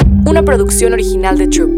una producción original de Troop.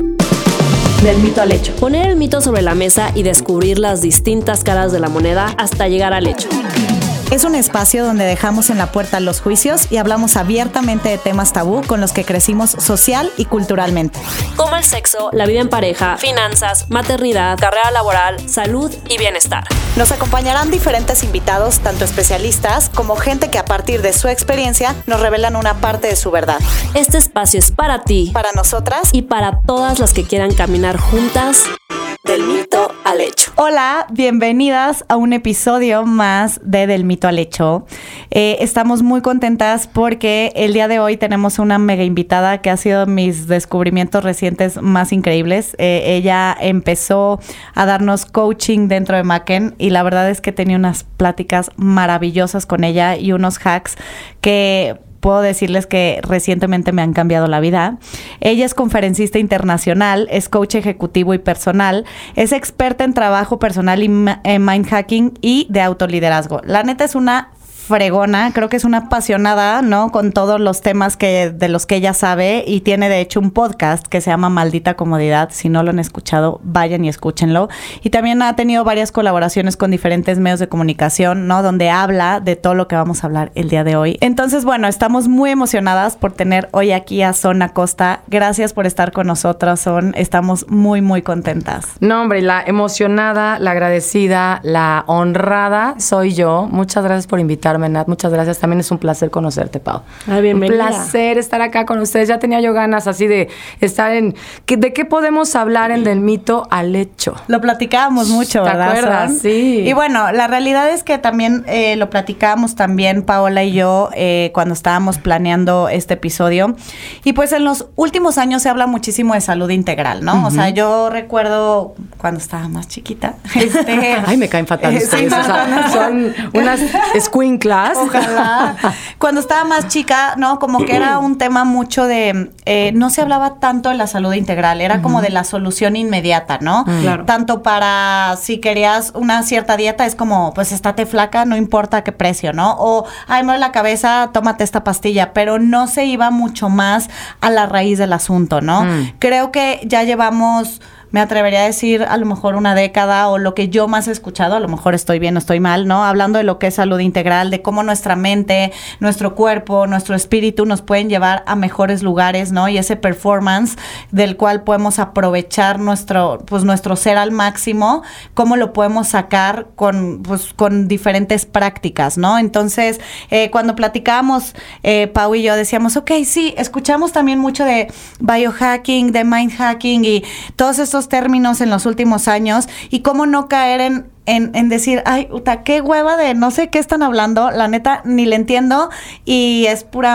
Del mito al hecho. Poner el mito sobre la mesa y descubrir las distintas caras de la moneda hasta llegar al hecho. Es un espacio donde dejamos en la puerta los juicios y hablamos abiertamente de temas tabú con los que crecimos social y culturalmente. Como el sexo, la vida en pareja, finanzas, maternidad, carrera laboral, salud y bienestar. Nos acompañarán diferentes invitados, tanto especialistas como gente que a partir de su experiencia nos revelan una parte de su verdad. Este espacio es para ti, Para nosotras y para todas las que quieran caminar juntas del mito al hecho. Hola, bienvenidas a un episodio más de Del Mito al Hecho. Estamos muy contentas porque el día de hoy tenemos una mega invitada que ha sido mis descubrimientos recientes más increíbles. Ella empezó a darnos coaching dentro de Macken y la verdad es que tenía unas pláticas maravillosas con ella y unos hacks que puedo decirles que recientemente me han cambiado la vida. Ella es conferencista internacional, es coach ejecutivo y personal, es experta en trabajo personal y mind hacking y de autoliderazgo. La neta es una fregona, creo que es una apasionada, ¿no? Con todos los temas de los que ella sabe y tiene de hecho un podcast que se llama Maldita Comodidad. Si no lo han escuchado, vayan y escúchenlo. Y también ha tenido varias colaboraciones con diferentes medios de comunicación, ¿no? Donde habla de todo lo que vamos a hablar el día de hoy. Entonces, bueno, estamos muy emocionadas por tener hoy aquí a Son Acosta. Gracias por estar con nosotros, Son. Estamos muy, muy contentas. No, hombre, la emocionada, la agradecida, la honrada soy yo. Muchas gracias por invitarme, Nat. Muchas gracias. También es un placer conocerte, Pau. Bienvenida. Un placer estar acá con ustedes. Ya tenía yo ganas así de estar en... ¿De qué podemos hablar en Del Mito al Hecho? Lo platicábamos mucho, ¿verdad? ¿Te acuerdas? Son? Sí. Y bueno, la realidad es que también lo platicábamos también Paola y yo cuando estábamos planeando este episodio. Y pues en los últimos años se habla muchísimo de salud integral, ¿no? Uh-huh. O sea, yo recuerdo cuando estaba más chiquita. Ay, me caen fatal ustedes. Sí, o sea, son unas escuinclas. Ojalá. Cuando estaba más chica, ¿no? Como que era un tema mucho de... no se hablaba tanto de la salud integral. Era como de la solución inmediata, ¿no? Claro. Tanto para si querías una cierta dieta, es como, pues estate flaca, no importa a qué precio, ¿no? O, ay, me duele la cabeza, tómate esta pastilla. Pero no se iba mucho más a la raíz del asunto, ¿no? Creo que ya llevamos... Me atrevería a decir a lo mejor una década o lo que yo más he escuchado, a lo mejor estoy bien o estoy mal, ¿no? Hablando de lo que es salud integral, de cómo nuestra mente, nuestro cuerpo, nuestro espíritu nos pueden llevar a mejores lugares, ¿no? Y ese performance del cual podemos aprovechar nuestro ser al máximo, cómo lo podemos sacar con diferentes prácticas, ¿no? Entonces, cuando platicábamos, Pau y yo decíamos, ok, sí, escuchamos también mucho de biohacking, de mind hacking y todos estos términos en los últimos años y cómo no caer en decir, ay, uta, qué hueva de no sé qué están hablando, la neta ni le entiendo y es pura...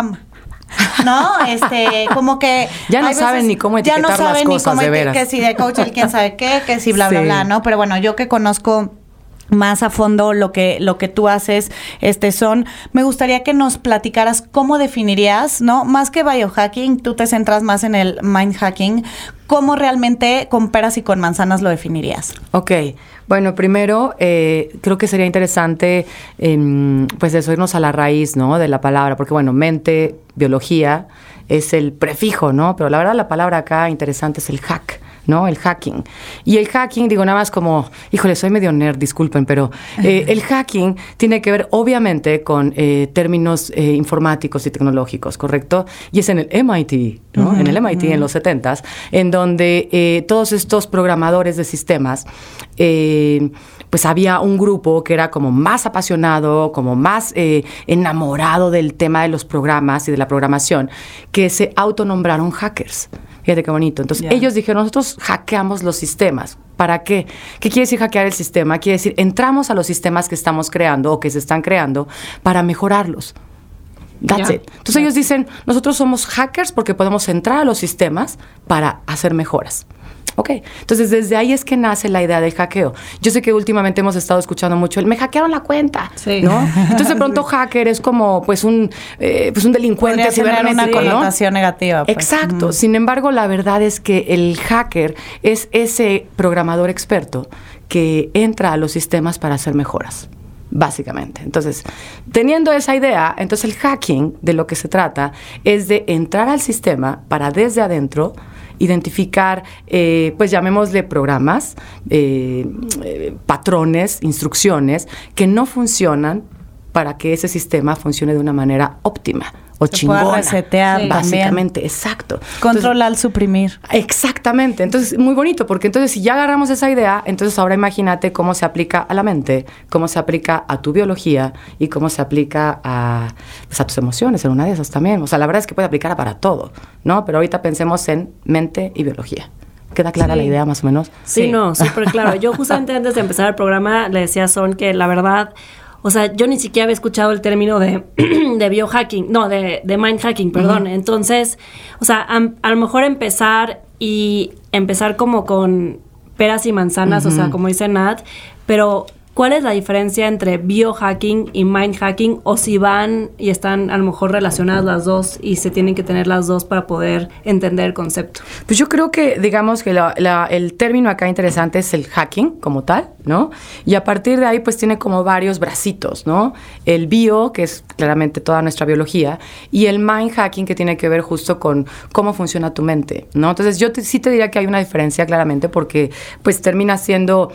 ¿No? Como que... Ya no saben ni cómo etiquetar las cosas, de veras. Que si de coach el quién sabe qué, que si bla, bla, bla, ¿no? Pero bueno, yo que conozco más a fondo lo que tú haces, Son, me gustaría que nos platicaras cómo definirías, ¿no? Más que biohacking, tú te centras más en el mind hacking, ¿cómo realmente con peras y con manzanas lo definirías? Ok, bueno, primero creo que sería interesante pues eso, irnos a la raíz, ¿no? De la palabra, porque bueno, mente, biología es el prefijo, ¿no? Pero la verdad la palabra acá interesante es el hack, ¿no? El hacking. Y el hacking, digo nada más como, híjole, soy medio nerd, disculpen, pero el hacking tiene que ver obviamente con términos informáticos y tecnológicos, ¿correcto? Y es en el MIT, ¿no? Uh-huh, en el MIT en los 70s, en donde todos estos programadores de sistemas, pues había un grupo que era como más apasionado, como más enamorado del tema de los programas y de la programación, que se autonombraron hackers. Fíjate qué bonito. Entonces, ellos dijeron, nosotros hackeamos los sistemas. ¿Para qué? ¿Qué quiere decir hackear el sistema? Quiere decir, entramos a los sistemas que estamos creando o que se están creando para mejorarlos. That's it. Entonces, ellos dicen, nosotros somos hackers porque podemos entrar a los sistemas para hacer mejoras. Ok, entonces desde ahí es que nace la idea del hackeo. Yo sé que últimamente hemos estado escuchando mucho me hackearon la cuenta, sí, ¿no? Entonces de pronto hacker es como pues un delincuente cibernético, una connotación negativa. Pues. Exacto. Sin embargo, la verdad es que el hacker es ese programador experto que entra a los sistemas para hacer mejoras. básicamente. Entonces, teniendo esa idea, entonces el hacking de lo que se trata es de entrar al sistema para desde adentro identificar, pues llamémosle programas, patrones, instrucciones que no funcionan para que ese sistema funcione de una manera óptima o chingona. Pueda resetear básicamente, también. Exacto. Controlar, suprimir. Exactamente. Entonces, muy bonito, porque entonces si ya agarramos esa idea, entonces ahora imagínate cómo se aplica a la mente, cómo se aplica a tu biología y cómo se aplica pues, a tus emociones, en una de esas también. O sea, la verdad es que puede aplicar para todo, ¿no? Pero ahorita pensemos en mente y biología. ¿Queda clara la idea más o menos? Sí, no, súper claro. Yo justamente antes de empezar el programa le decía a Son que la verdad... O sea, yo ni siquiera había escuchado el término de biohacking, no, de mind hacking, perdón. Uh-huh. Entonces, o sea, a lo mejor empezar como con peras y manzanas, o sea, como dice Nat, pero ¿cuál es la diferencia entre biohacking y mind hacking? O si van y están a lo mejor relacionadas las dos y se tienen que tener las dos para poder entender el concepto. Pues yo creo que, digamos que el término acá interesante es el hacking como tal, ¿no? Y a partir de ahí, pues tiene como varios bracitos, ¿no? El bio, que es claramente toda nuestra biología, y el mind hacking, que tiene que ver justo con cómo funciona tu mente, ¿no? Entonces yo sí te diría que hay una diferencia claramente porque pues termina siendo,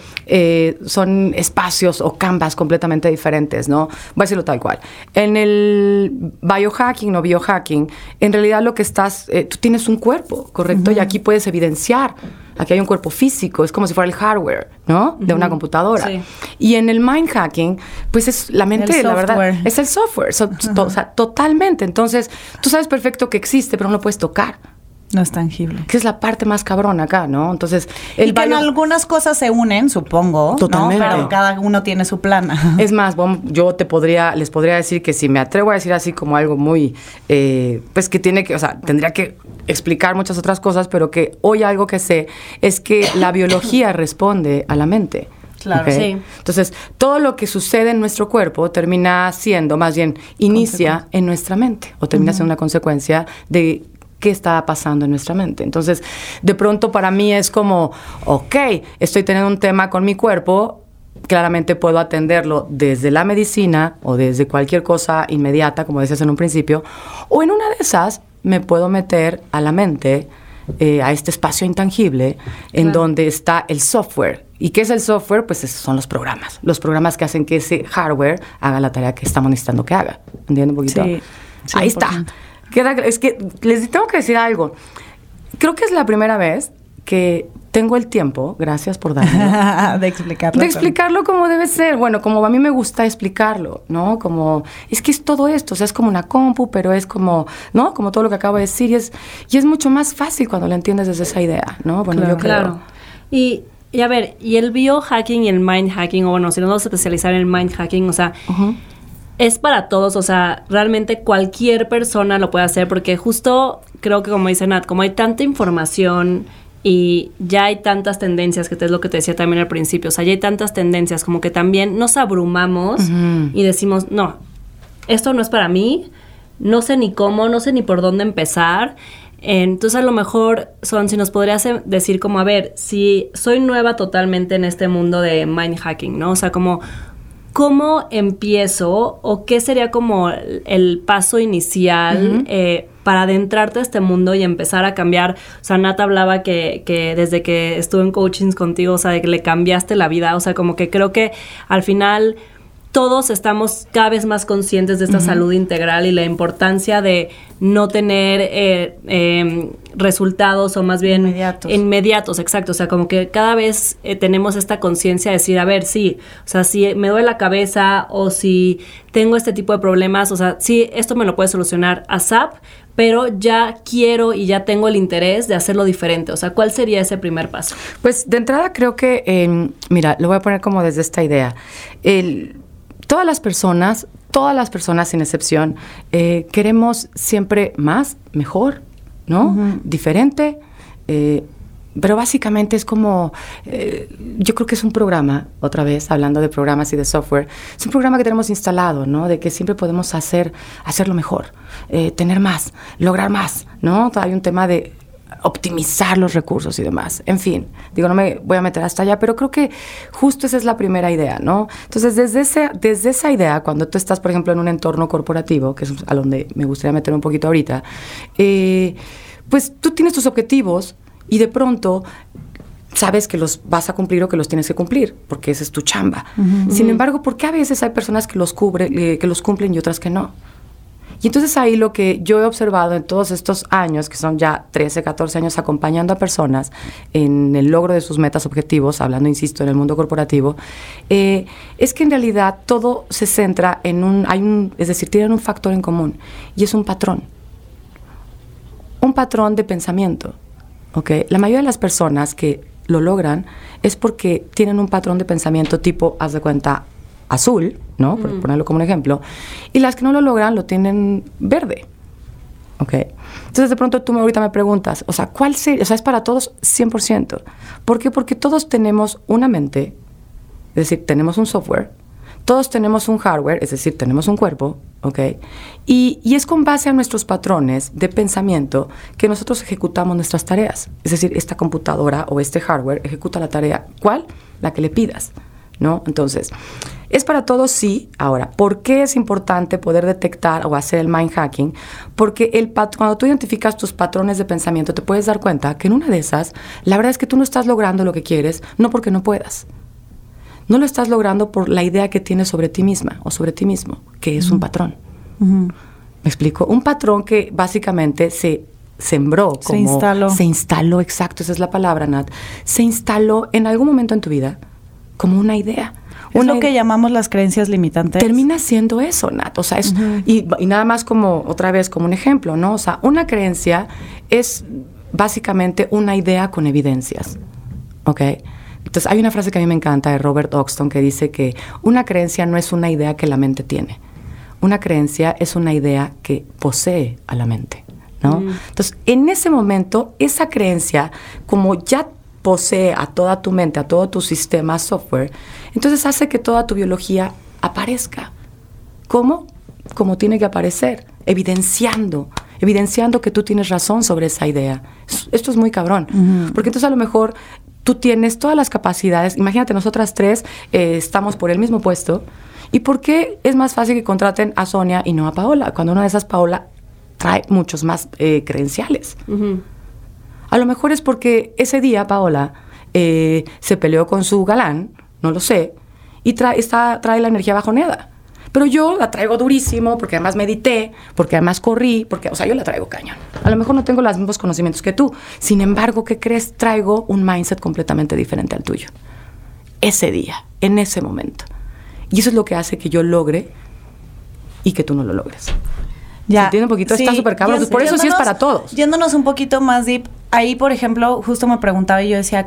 son espacios o canvas completamente diferentes, ¿no? Voy a decirlo tal cual. En el biohacking o biohacking, en realidad lo que tú tienes un cuerpo, ¿correcto? Uh-huh. Y aquí puedes evidenciar. Aquí hay un cuerpo físico, es como si fuera el hardware, ¿no? De una computadora. Sí. Y en el mind hacking, pues es la mente, la verdad, es el software. O sea, totalmente. Entonces, tú sabes perfecto que existe, pero no lo puedes tocar. No es tangible. Que es la parte más cabrona acá, ¿no? Entonces... Y que en algunas cosas se unen, supongo. Totalmente. ¿no? Pero cada uno tiene su plan. Es más, yo les podría decir que si me atrevo a decir así como algo muy... pues que tendría que explicar muchas otras cosas, pero que hoy algo que sé es que la biología responde a la mente. Claro, ¿okay? Sí. Entonces, todo lo que sucede en nuestro cuerpo termina siendo, más bien, inicia en nuestra mente. O termina siendo una consecuencia de... qué está pasando en nuestra mente. Entonces, de pronto para mí es como, ok, estoy teniendo un tema con mi cuerpo, claramente puedo atenderlo desde la medicina o desde cualquier cosa inmediata, como decías en un principio, o en una de esas me puedo meter a la mente, a este espacio intangible, en donde está el software. ¿Y qué es el software? Pues son los programas que hacen que ese hardware haga la tarea que estamos necesitando que haga. ¿Entiendes un poquito? Sí. Ahí está. Es que les tengo que decir algo. Creo que es la primera vez que tengo el tiempo, gracias por darme, de explicarlo. De explicarlo como debe ser. Bueno, como a mí me gusta explicarlo, ¿no? Como, es que es todo esto, o sea, es como una compu, pero es como, ¿no? Como todo lo que acabo de decir. Y es mucho más fácil cuando lo entiendes desde esa idea, ¿no? Bueno, claro, yo creo. Claro. Y a ver, y el biohacking y el mind hacking, o bueno, si nos vamos a especializar en el mind hacking, o sea... Uh-huh. Es para todos, o sea, realmente cualquier persona lo puede hacer, porque justo creo que como dice Nat, como hay tanta información y ya hay tantas tendencias, que es lo que te decía también al principio, o sea, ya hay tantas tendencias, como que también nos abrumamos y decimos, no, esto no es para mí, no sé ni cómo, no sé ni por dónde empezar. Entonces a lo mejor, si nos podrías decir como, a ver, si soy nueva totalmente en este mundo de mind hacking, ¿no? O sea, como... ¿Cómo empiezo o qué sería como el paso inicial para adentrarte a este mundo y empezar a cambiar? O sea, Nat hablaba que desde que estuve en coachings contigo, o sea, de que le cambiaste la vida. O sea, como que creo que al final todos estamos cada vez más conscientes de esta salud integral y la importancia de no tener resultados o más bien inmediatos, exacto. O sea, como que cada vez tenemos esta conciencia de decir, a ver, sí, o sea, si me duele la cabeza o si tengo este tipo de problemas, o sea, sí, esto me lo puede solucionar ASAP, pero ya quiero y ya tengo el interés de hacerlo diferente. O sea, ¿cuál sería ese primer paso? Pues de entrada creo que, mira, lo voy a poner como desde esta idea. Todas las personas sin excepción, queremos siempre más, mejor, ¿no? Diferente, pero básicamente es como, yo creo que es un programa, otra vez, hablando de programas y de software, es un programa que tenemos instalado, ¿no? De que siempre podemos hacerlo mejor, tener más, lograr más, ¿no? Hay un tema de optimizar los recursos y demás. En fin, digo, no me voy a meter hasta allá, pero creo que justo esa es la primera idea, ¿no? Entonces, desde esa idea, cuando tú estás, por ejemplo, en un entorno corporativo, que es a donde me gustaría meter un poquito ahorita, pues tú tienes tus objetivos y de pronto sabes que los vas a cumplir o que los tienes que cumplir, porque esa es tu chamba. Sin embargo, ¿por qué a veces hay personas que los cumplen y otras que no? Y entonces ahí lo que yo he observado en todos estos años, que son ya 13, 14 años acompañando a personas en el logro de sus metas, objetivos, hablando, insisto, en el mundo corporativo, es que en realidad todo se centra en es decir, tienen un factor en común, y es un patrón de pensamiento, ¿ok? La mayoría de las personas que lo logran es porque tienen un patrón de pensamiento tipo, haz de cuenta, azul, ¿no? Por ponerlo como un ejemplo. Y las que no lo logran lo tienen verde. ¿Ok? Entonces, de pronto tú ahorita me preguntas, o sea, ¿cuál sería? O sea, ¿es para todos 100%? ¿Por qué? Porque todos tenemos una mente, es decir, tenemos un software, todos tenemos un hardware, es decir, tenemos un cuerpo, ¿ok? Y es con base a nuestros patrones de pensamiento que nosotros ejecutamos nuestras tareas. Es decir, esta computadora o este hardware ejecuta la tarea. ¿Cuál? La que le pidas, ¿no? Entonces, ¿es para todos? Sí. Ahora, ¿por qué es importante poder detectar o hacer el mind hacking? Porque cuando tú identificas tus patrones de pensamiento, te puedes dar cuenta que en una de esas, la verdad es que tú no estás logrando lo que quieres, no porque no puedas. No lo estás logrando por la idea que tienes sobre ti misma o sobre ti mismo, que es un patrón. ¿Me explico? Un patrón que básicamente se sembró, se instaló, exacto, esa es la palabra, Nat. Se instaló en algún momento en tu vida como una idea. Es lo que llamamos las creencias limitantes. Termina siendo eso, Nat. O sea, y nada más como, otra vez, como un ejemplo, ¿no? O sea, una creencia es básicamente una idea con evidencias, ¿ok? Entonces, hay una frase que a mí me encanta de Robert Oxton que dice que una creencia no es una idea que la mente tiene. Una creencia es una idea que posee a la mente, ¿no? Entonces, en ese momento, esa creencia, como ya posee a toda tu mente, a todo tu sistema software, entonces hace que toda tu biología aparezca. ¿Cómo? Como tiene que aparecer, evidenciando que tú tienes razón sobre esa idea. Esto es muy cabrón, porque entonces a lo mejor tú tienes todas las capacidades. Imagínate, nosotras tres estamos por el mismo puesto. ¿Y por qué es más fácil que contraten a Sonia y no a Paola? Cuando una de esas, Paola, trae muchos más credenciales. A lo mejor es porque ese día Paola se peleó con su galán, no lo sé, y trae la energía bajoneada. Pero yo la traigo durísimo, porque además medité, porque además corrí, o sea, yo la traigo cañón. A lo mejor no tengo los mismos conocimientos que tú. Sin embargo, ¿qué crees? Traigo un mindset completamente diferente al tuyo. Ese día, en ese momento. Y eso es lo que hace que yo logre y que tú no lo logres. Ya. ¿Se entiende un poquito? Sí, está súper cabrón. Por eso sí es para todos. Yéndonos un poquito más deep, ahí, por ejemplo, justo me preguntaba y yo decía,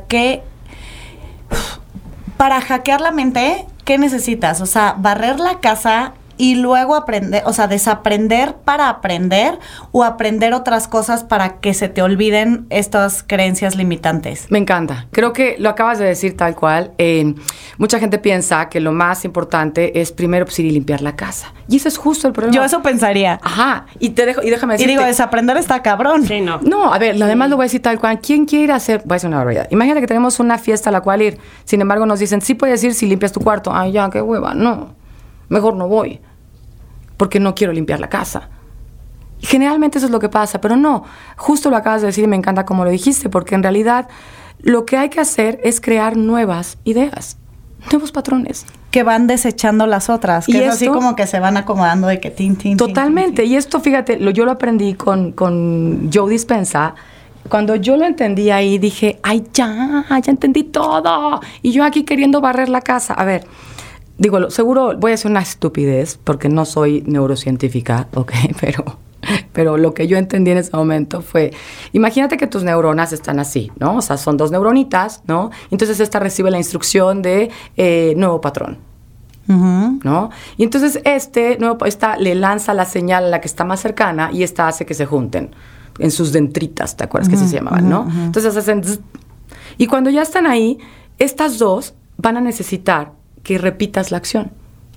para hackear la mente, ¿qué necesitas? O sea, barrer la casa y luego aprender, o sea, desaprender para aprender o aprender otras cosas para que se te olviden estas creencias limitantes. Me encanta. Creo que lo acabas de decir tal cual. Mucha gente piensa que lo más importante es primero pues, ir y limpiar la casa. Y ese es justo el problema. Yo eso pensaría. Ajá. Y déjame decirte. Y digo, desaprender está cabrón. Sí, no. No, a ver, además lo voy a decir tal cual. ¿Quién quiere ir a hacer? Voy a decir una barbaridad. Imagínate que tenemos una fiesta a la cual ir. Sin embargo, nos dicen, sí puedes ir si limpias tu cuarto. Ay, ya, qué hueva. No. Mejor no voy. Porque no quiero limpiar la casa. Generalmente eso es lo que pasa, pero no. Justo lo acabas de decir y me encanta como lo dijiste, porque en realidad lo que hay que hacer es crear nuevas ideas, nuevos patrones. Que van desechando las otras, que es así como que se van acomodando de que tin. Totalmente. Y esto, fíjate, yo lo aprendí con Joe Dispenza. Cuando yo lo entendí ahí, dije, ay, ya entendí todo. Y yo aquí queriendo barrer la casa. A ver, digo, seguro voy a hacer una estupidez porque no soy neurocientífica, ¿ok? Pero lo que yo entendí en ese momento fue, imagínate que tus neuronas están así, ¿no? O sea, son dos neuronitas, ¿no? Entonces esta recibe la instrucción de nuevo patrón, ¿no? Y entonces esta le lanza la señal a la que está más cercana y esta hace que se junten en sus dendritas, ¿te acuerdas que así se llamaban, no? Entonces hacen zzz, y cuando ya están ahí, estas dos van a necesitar que repitas la acción,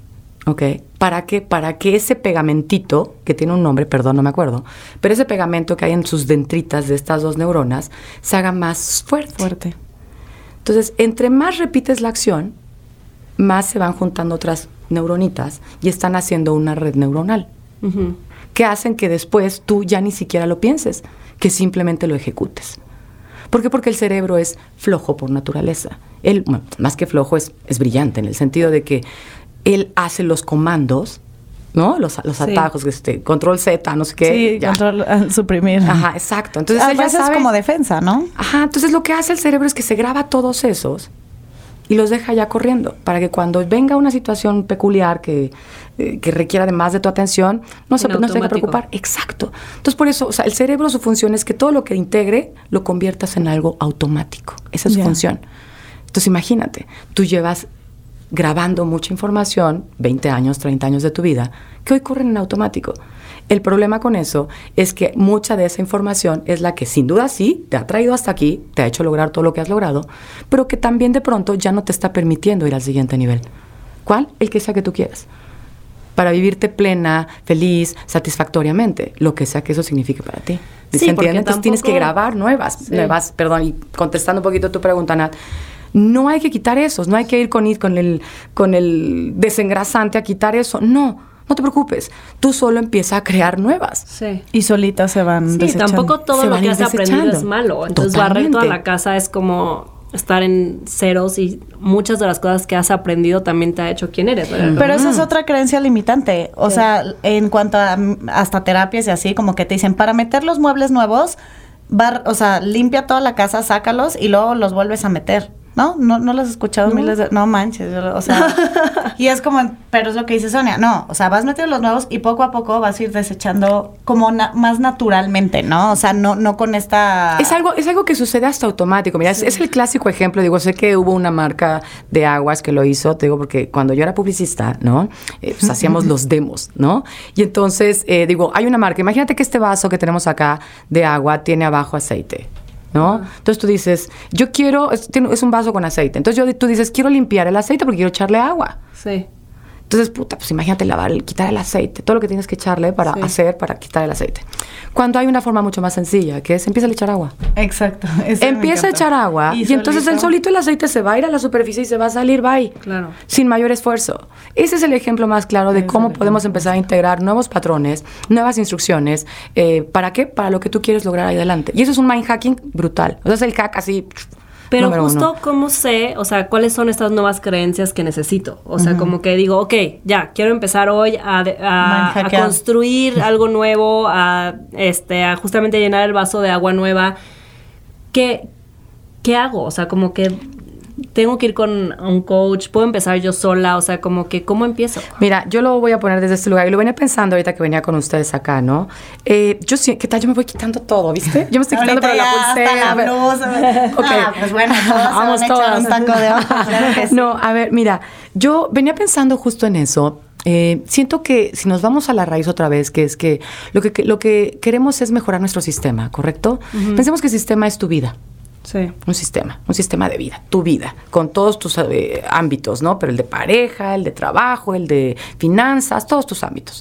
¿Ok? Para que ese pegamentito, que tiene un nombre, perdón, no me acuerdo, pero ese pegamento que hay en sus dendritas de estas dos neuronas se haga más fuerte. Entonces, entre más repites la acción, más se van juntando otras neuronitas y están haciendo una red neuronal. Uh-huh. Que hacen que después tú ya ni siquiera lo pienses, que simplemente lo ejecutes. ¿Por qué? Porque el cerebro es flojo por naturaleza. Él, bueno, más que flojo, es brillante en el sentido de que él hace los comandos, ¿no? Los atajos, control Z, no sé qué. Sí, ya. Control, suprimir. Ajá, exacto. Entonces él ya sabe. Es como defensa, ¿no? Ajá, entonces lo que hace el cerebro es que se graba todos esos y los deja ya corriendo, para que cuando venga una situación peculiar que requiera de más de tu atención, no se tenga que preocupar. Exacto. Entonces, por eso, o sea, el cerebro, su función es que todo lo que integre lo conviertas en algo automático. Esa es su función. Entonces, imagínate, tú llevas grabando mucha información, 20 años, 30 años de tu vida, que hoy corren en automático. El problema con eso es que mucha de esa información es la que sin duda sí te ha traído hasta aquí, te ha hecho lograr todo lo que has logrado, pero que también de pronto ya no te está permitiendo ir al siguiente nivel. ¿Cuál? El que sea que tú quieras. Para vivirte plena, feliz, satisfactoriamente, lo que sea que eso signifique para ti. Sí, porque entonces tienes que grabar nuevas, perdón, y contestando un poquito tu pregunta, Nat, no hay que quitar esos, no hay que ir con el desengrasante a quitar eso, no te preocupes, tú solo empieza a crear nuevas. Sí. Y solitas se van desechando. Sí, tampoco todo lo que has aprendido es malo. Entonces barrer toda la casa es como estar en ceros y muchas de las cosas que has aprendido también te ha hecho quién eres, ¿verdad? Pero esa es otra creencia limitante. O sea, en cuanto a hasta terapias y así, como que te dicen, para meter los muebles nuevos, limpia toda la casa, sácalos y luego los vuelves a meter. ¿No? ¿No los has escuchado miles de...? No manches, o sea... y es como... Pero es lo que dice Sonia. No, o sea, vas metiendo los nuevos y poco a poco vas a ir desechando como más naturalmente, ¿no? O sea, no con esta... Es algo que sucede hasta automático. Mira, es el clásico ejemplo. Digo, sé que hubo una marca de aguas que lo hizo. Te digo, porque cuando yo era publicista, ¿no? Pues hacíamos los demos, ¿no? Y entonces, digo, hay una marca. Imagínate que este vaso que tenemos acá de agua tiene abajo aceite, ¿no? Entonces tú dices, yo quiero, es un vaso con aceite. Entonces tú dices, quiero limpiar el aceite porque quiero echarle agua. Sí. Entonces, pues imagínate quitar el aceite, todo lo que tienes que echarle para quitar el aceite. Cuando hay una forma mucho más sencilla, que es empieza a echar agua. Exacto. Empieza a echar agua y entonces el aceite se va a ir a la superficie y se va a salir, bye. Claro. Sin mayor esfuerzo. Ese es el ejemplo más claro de cómo podemos empezar a integrar nuevos patrones, nuevas instrucciones. ¿Para qué? Para lo que tú quieres lograr ahí adelante. Y eso es un mind hacking brutal. O sea, es el hack así... Pero justo cómo sé, o sea, cuáles son estas nuevas creencias que necesito. O sea, como que digo, ok, ya, quiero empezar hoy a construir algo nuevo, a justamente llenar el vaso de agua nueva. ¿Qué hago? O sea, como que tengo que ir con un coach, puedo empezar yo sola, o sea, como que, ¿cómo empiezo? Mira, yo lo voy a poner desde este lugar, y lo venía pensando ahorita que venía con ustedes acá, ¿no? ¿Qué tal? Yo me voy quitando todo, ¿viste? Yo me estoy quitando para la pulsera. Hasta la blusa. Okay. Pues bueno, vamos todas. Un taco de ojo, claro que sí. No, a ver, mira, yo venía pensando justo en eso. Siento que si nos vamos a la raíz otra vez, que es que lo que queremos es mejorar nuestro sistema, ¿correcto? Uh-huh. Pensemos que el sistema es tu vida. Sí. Un sistema de vida, tu vida, con todos tus ámbitos, ¿no? Pero el de pareja, el de trabajo, el de finanzas, todos tus ámbitos.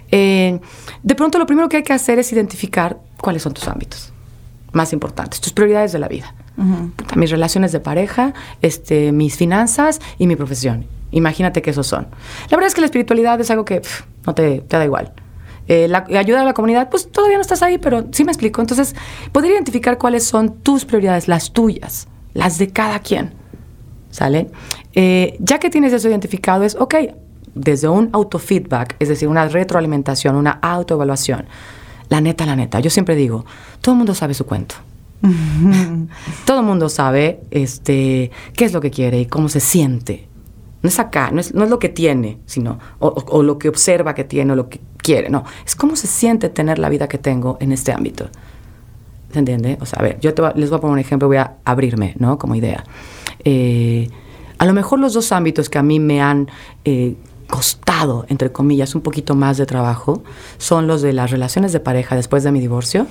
De pronto lo primero que hay que hacer es identificar cuáles son tus ámbitos más importantes, tus prioridades de la vida. Uh-huh. Mis relaciones de pareja, mis finanzas y mi profesión. Imagínate que esos son. La verdad es que la espiritualidad es algo que no te da igual. La ayuda a la comunidad, pues todavía no estás ahí, pero sí me explico. Entonces, poder identificar cuáles son tus prioridades, las tuyas, las de cada quien, ¿sale? Ya que tienes eso identificado, es, ok, desde un autofeedback, es decir, una retroalimentación, una autoevaluación. La neta, yo siempre digo, todo el mundo sabe su cuento. Todo el mundo sabe qué es lo que quiere y cómo se siente. No es acá, no es lo que tiene, sino o lo que observa que tiene o lo que quiere, no. Es cómo se siente tener la vida que tengo en este ámbito. ¿Se entiende? O sea, a ver, les voy a poner un ejemplo, voy a abrirme, ¿no? Como idea. A lo mejor los dos ámbitos que a mí me han costado, entre comillas, un poquito más de trabajo, son los de las relaciones de pareja después de mi divorcio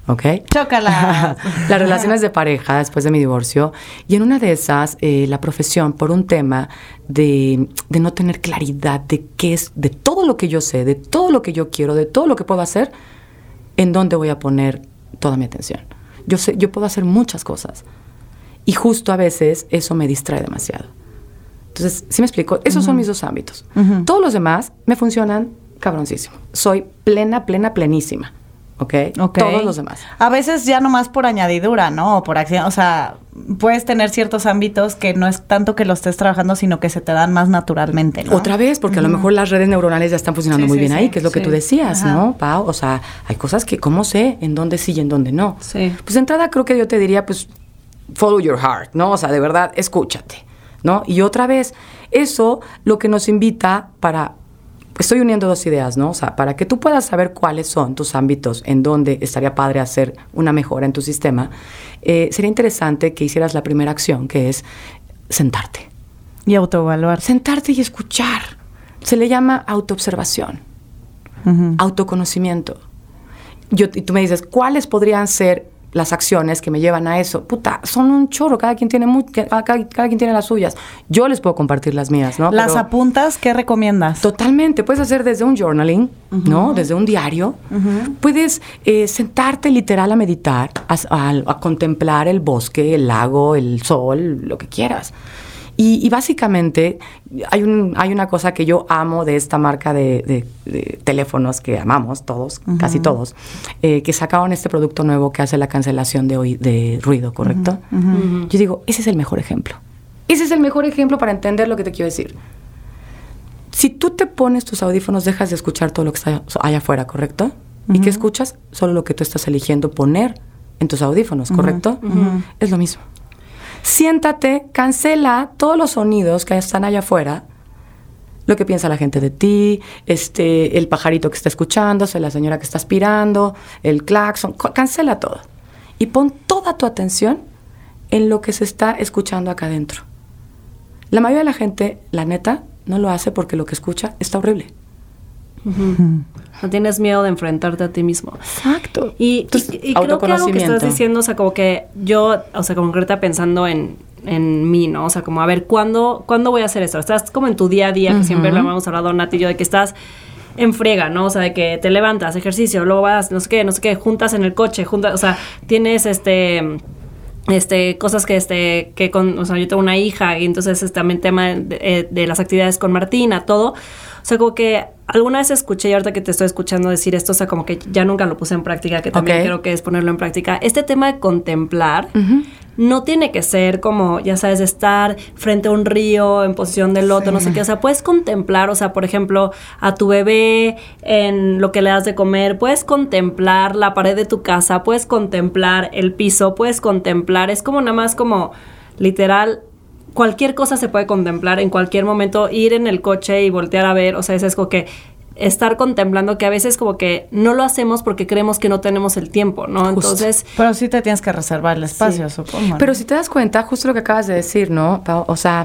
¿ok? Chócala. Las relaciones de pareja después de mi divorcio. Y en una de esas, la profesión, por un tema de no tener claridad de qué es, de todo lo que yo sé, de todo lo que yo quiero, de todo lo que puedo hacer, en dónde voy a poner toda mi atención. Yo puedo hacer muchas cosas. Y justo a veces eso me distrae demasiado. Entonces, ¿sí me explico? Esos son mis dos ámbitos. Todos los demás me funcionan cabroncísimo. Soy plenísima. ¿Ok? Todos los demás. A veces ya nomás por añadidura, ¿no? O por acción. O sea, puedes tener ciertos ámbitos que no es tanto que lo estés trabajando, sino que se te dan más naturalmente, ¿no? Otra vez, porque a lo mejor las redes neuronales ya están funcionando muy bien ahí, que es lo que tú decías, ¿no, Pau? O sea, hay cosas que cómo sé en dónde sí y en dónde no. Sí. Pues de entrada creo que yo te diría, pues, follow your heart, ¿no? O sea, de verdad, escúchate, ¿no? Y otra vez, eso lo que nos invita para... Estoy uniendo dos ideas, ¿no? O sea, para que tú puedas saber cuáles son tus ámbitos en donde estaría padre hacer una mejora en tu sistema, sería interesante que hicieras la primera acción, que es sentarte. Y autoevaluar. Sentarte y escuchar. Se le llama autoobservación, autoconocimiento. Y tú me dices, ¿cuáles podrían ser las acciones que me llevan a eso? Puta, son un chorro, cada quien tiene cada quien tiene las suyas. Yo les puedo compartir las mías, ¿no? ¿Las apuntas? ¿Qué recomiendas? Totalmente, puedes hacer desde un journaling, ¿no? Desde un diario. Puedes sentarte literal a meditar, a contemplar el bosque, el lago, el sol, lo que quieras. Y básicamente hay una cosa que yo amo de esta marca de teléfonos que amamos todos, casi todos, que sacaron este producto nuevo que hace la cancelación de ruido, ¿correcto? Yo digo, ese es el mejor ejemplo. Ese es el mejor ejemplo para entender lo que te quiero decir. Si tú te pones tus audífonos, dejas de escuchar todo lo que está allá afuera, ¿correcto? ¿Y qué escuchas? Solo lo que tú estás eligiendo poner en tus audífonos, ¿correcto? Es lo mismo. Siéntate, cancela todos los sonidos que están allá afuera, lo que piensa la gente de ti, el pajarito que está escuchándose, la señora que está aspirando, el claxon, cancela todo. Y pon toda tu atención en lo que se está escuchando acá adentro. La mayoría de la gente, la neta, no lo hace porque lo que escucha está horrible. No tienes miedo de enfrentarte a ti mismo. Exacto. Y creo que algo que estás diciendo, o sea, como que yo, o sea, como que ahorita pensando en mí, ¿no? O sea, como, a ver, ¿cuándo voy a hacer esto? Estás como en tu día a día, que siempre lo hemos hablado, Nati y yo, de que estás en friega, ¿no? O sea, de que te levantas, ejercicio, luego vas, no sé qué, juntas en el coche, o sea, tienes cosas que con, o sea, yo tengo una hija y entonces también tema de las actividades con Martina, todo. O sea, como que alguna vez escuché y ahorita que te estoy escuchando decir esto, o sea, como que ya nunca lo puse en práctica, que también creo que es ponerlo en práctica. Este tema de contemplar no tiene que ser como, ya sabes, estar frente a un río en posición de loto, no sé qué. O sea, puedes contemplar, o sea, por ejemplo, a tu bebé en lo que le das de comer, puedes contemplar la pared de tu casa, puedes contemplar el piso, puedes contemplar, es como nada más como literal. Cualquier cosa se puede contemplar en cualquier momento, ir en el coche y voltear a ver, o sea, es como que estar contemplando, que a veces como que no lo hacemos porque creemos que no tenemos el tiempo, ¿no? Justo. Entonces... Pero sí te tienes que reservar el espacio, supongo, ¿no? Pero si te das cuenta, justo lo que acabas de decir, ¿no, Pau? O sea,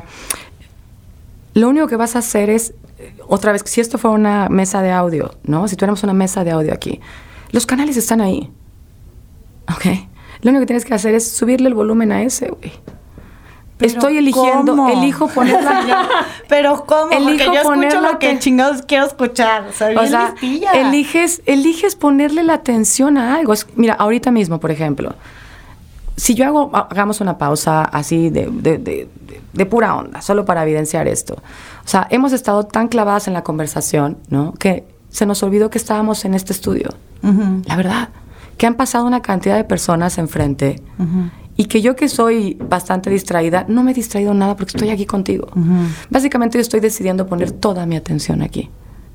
lo único que vas a hacer es, otra vez, si esto fuera una mesa de audio, ¿no? Si tuviéramos una mesa de audio aquí, los canales están ahí, ¿ok? Lo único que tienes que hacer es subirle el volumen a ese, güey. Estoy eligiendo, ¿cómo? Elijo ponerla yo. Pero ¿cómo? Porque yo escucho lo que chingados quiero escuchar. O sea, eliges ponerle la atención a algo. Mira, ahorita mismo, por ejemplo, si yo hagamos una pausa así de pura onda, solo para evidenciar esto. O sea, hemos estado tan clavadas en la conversación, ¿no? Que se nos olvidó que estábamos en este estudio. La verdad, que han pasado una cantidad de personas enfrente. Y que yo, que soy bastante distraída, no me he distraído nada porque estoy aquí contigo. Básicamente yo estoy decidiendo poner toda mi atención aquí.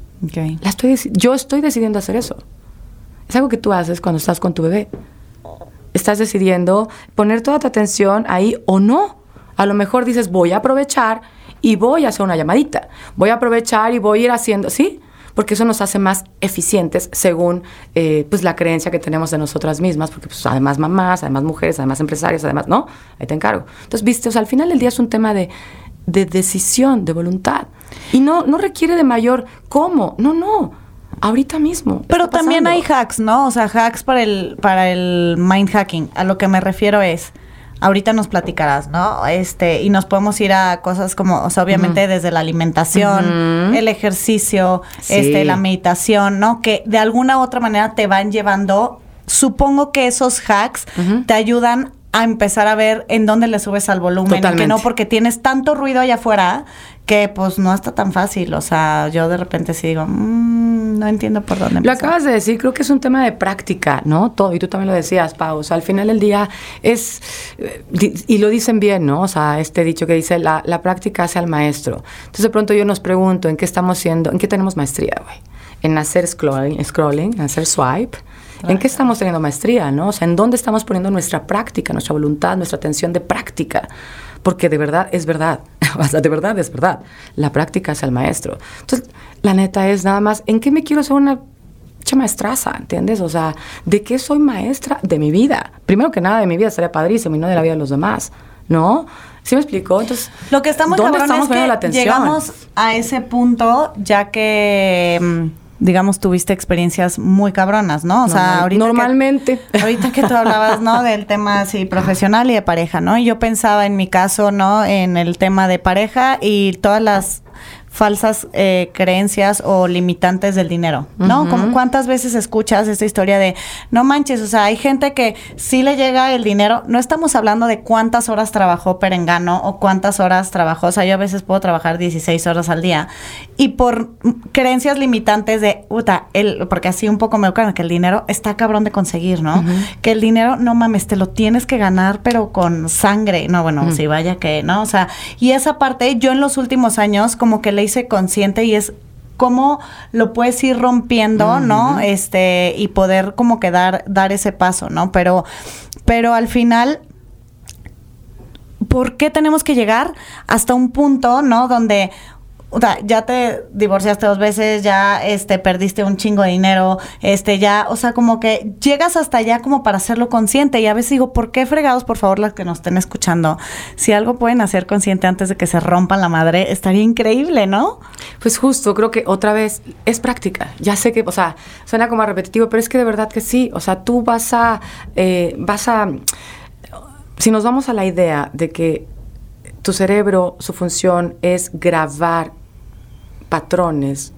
Yo estoy decidiendo hacer eso. Es algo que tú haces cuando estás con tu bebé. Estás decidiendo poner toda tu atención ahí o no. A lo mejor dices, voy a aprovechar y voy a hacer una llamadita. Voy a aprovechar y voy a ir haciendo... ¿Sí? Porque eso nos hace más eficientes según pues la creencia que tenemos de nosotras mismas, porque pues además mamás, además mujeres, además empresarias, además, ¿no? Ahí te encargo. Entonces, viste, o sea, al final del día es un tema de decisión, de voluntad. Y no requiere de mayor ¿cómo? No. ahorita mismo. Pero está también pasando. hay hacks, ¿no? O sea, hacks para el mind hacking. A lo que me refiero es, ahorita nos platicarás, ¿no? Y nos podemos ir a cosas como, o sea, obviamente desde la alimentación, el ejercicio, Sí. la meditación, ¿no? Que de alguna u otra manera te van llevando. Supongo que esos hacks te ayudan a empezar a ver en dónde le subes al volumen. Totalmente. Y que no, porque tienes tanto ruido allá afuera que pues no está tan fácil. O sea, yo de repente sí digo, no entiendo por dónde Lo empezar. acabas de decir, creo que es un tema de práctica, ¿no? Todo, y tú también lo decías, Pau, o sea, al final del día es, y lo dicen bien, ¿no? O sea, este dicho que dice, la práctica hace al maestro. Entonces de pronto yo nos pregunto, ¿en qué estamos siendo, en qué tenemos maestría, güey? En hacer scrolling, en hacer swipe. ¿En qué estamos teniendo maestría, no? O sea, ¿en dónde estamos poniendo nuestra práctica, nuestra voluntad, nuestra atención de práctica? Porque de verdad es verdad. O sea, de verdad es verdad. La práctica es el maestro. Entonces, la neta es nada más, ¿en qué me quiero ser una maestraza? ¿Entiendes? O sea, ¿de qué soy maestra? De mi vida. Primero que nada, de mi vida estaría padrísimo y no de la vida de los demás, ¿no? ¿Sí me explicó? Entonces, lo que está muy ¿dónde cabrón estamos es poniendo la que atención? llegamos a ese punto ya que, digamos, tuviste experiencias muy cabronas, ¿no? O sea, ahorita normalmente. ahorita que tú hablabas, ¿no? Del tema así profesional y de pareja, ¿no? Y yo pensaba en mi caso, ¿no? En el tema de pareja y todas las falsas creencias o limitantes del dinero, ¿no? Como cuántas veces escuchas esta historia de, no manches, o sea, hay gente que sí le llega el dinero, no estamos hablando de cuántas horas trabajó Perengano o cuántas horas trabajó, o sea, yo a veces puedo trabajar 16 horas al día y por creencias limitantes de, porque así un poco me educan, que el dinero está cabrón de conseguir, ¿no? Que el dinero, no mames, te lo tienes que ganar, pero con sangre, no, bueno, sí, vaya que, ¿no? O sea, y esa parte, yo en los últimos años como que le hice consciente y es cómo lo puedes ir rompiendo, ¿no? Y poder como que dar ese paso, ¿no? Pero al final, ¿por qué tenemos que llegar hasta un punto, ¿no? Donde, o sea, ya te divorciaste 2 veces, ya perdiste un chingo de dinero, ya, o sea, como que llegas hasta allá como para hacerlo consciente. Y a veces digo, ¿por qué fregados, por favor, las que nos estén escuchando? Si algo pueden hacer consciente antes de que se rompan la madre, estaría increíble, ¿no? Pues justo, creo que otra vez es práctica. Ya sé que, o sea, suena como repetitivo, pero es que de verdad que sí. O sea, tú vas a, si nos vamos a la idea de que tu cerebro, su función es grabar patrones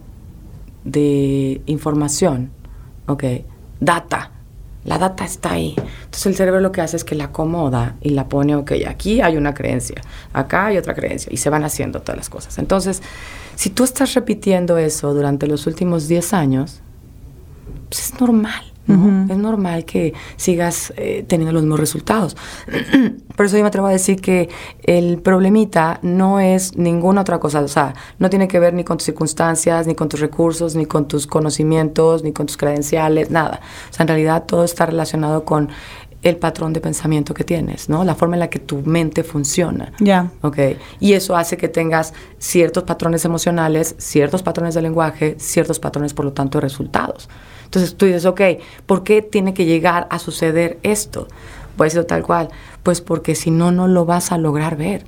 de información, ¿ok? Data. La data está ahí. Entonces el cerebro lo que hace es que la acomoda y la pone, ok, aquí hay una creencia, acá hay otra creencia, y se van haciendo todas las cosas. Entonces, si tú estás repitiendo eso durante los últimos 10 años, pues es normal, ¿no? Es normal que sigas teniendo los mismos resultados. Por eso yo me atrevo a decir que el problemita no es ninguna otra cosa. O sea, no tiene que ver ni con tus circunstancias, ni con tus recursos, ni con tus conocimientos, ni con tus credenciales, nada. O sea, en realidad todo está relacionado con el patrón de pensamiento que tienes, ¿no? La forma en la que tu mente funciona. Ya. ¿Ok? Y eso hace que tengas ciertos patrones emocionales, ciertos patrones de lenguaje, ciertos patrones, por lo tanto, de resultados. Entonces tú dices, ok, ¿por qué tiene que llegar a suceder esto? Voy a decirlo tal cual. Pues porque si no, no lo vas a lograr ver.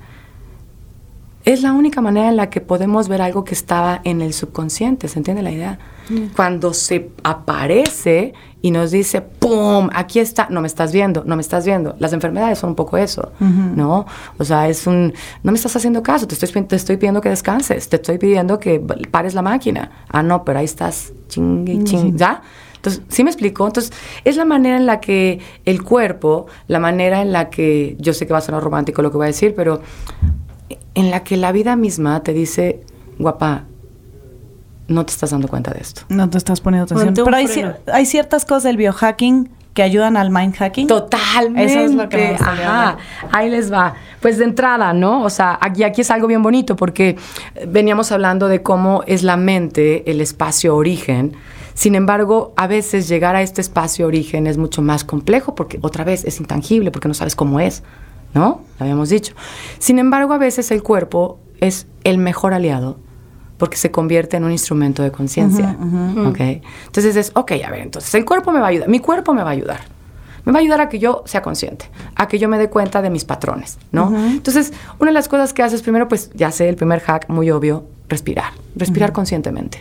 Es la única manera en la que podemos ver algo que estaba en el subconsciente, ¿se entiende la idea? Cuando se aparece y nos dice, ¡pum!, aquí está, no me estás viendo, no me estás viendo. Las enfermedades son un poco eso, ¿no? O sea, no me estás haciendo caso, te estoy pidiendo que descanses, te estoy pidiendo que pares la máquina. Ah, no, pero ahí estás, chingue, ¿ya? Entonces, ¿sí me explico? Entonces, es la manera en la que el cuerpo, la manera en la que, yo sé que va a sonar romántico lo que voy a decir, pero en la que la vida misma te dice, guapa, no te estás dando cuenta de esto. No te estás poniendo atención. Ponte un Pero freno. hay ciertas cosas del biohacking que ayudan al mind hacking. Totalmente. Eso es lo que me gustaría Ajá, ahí les va. Pues de entrada, ¿no? O sea, aquí es algo bien bonito porque veníamos hablando de cómo es la mente el espacio origen. Sin embargo, a veces llegar a este espacio origen es mucho más complejo porque otra vez es intangible, porque no sabes cómo es, ¿no? Lo habíamos dicho. Sin embargo, a veces el cuerpo es el mejor aliado porque se convierte en un instrumento de conciencia. ¿Ok? Entonces es, ok, a ver, entonces el cuerpo me va a ayudar, mi cuerpo me va a ayudar. Me va a ayudar a que yo sea consciente, a que yo me dé cuenta de mis patrones, ¿no? Entonces, una de las cosas que haces primero, pues ya sé, el primer hack muy obvio, respirar conscientemente.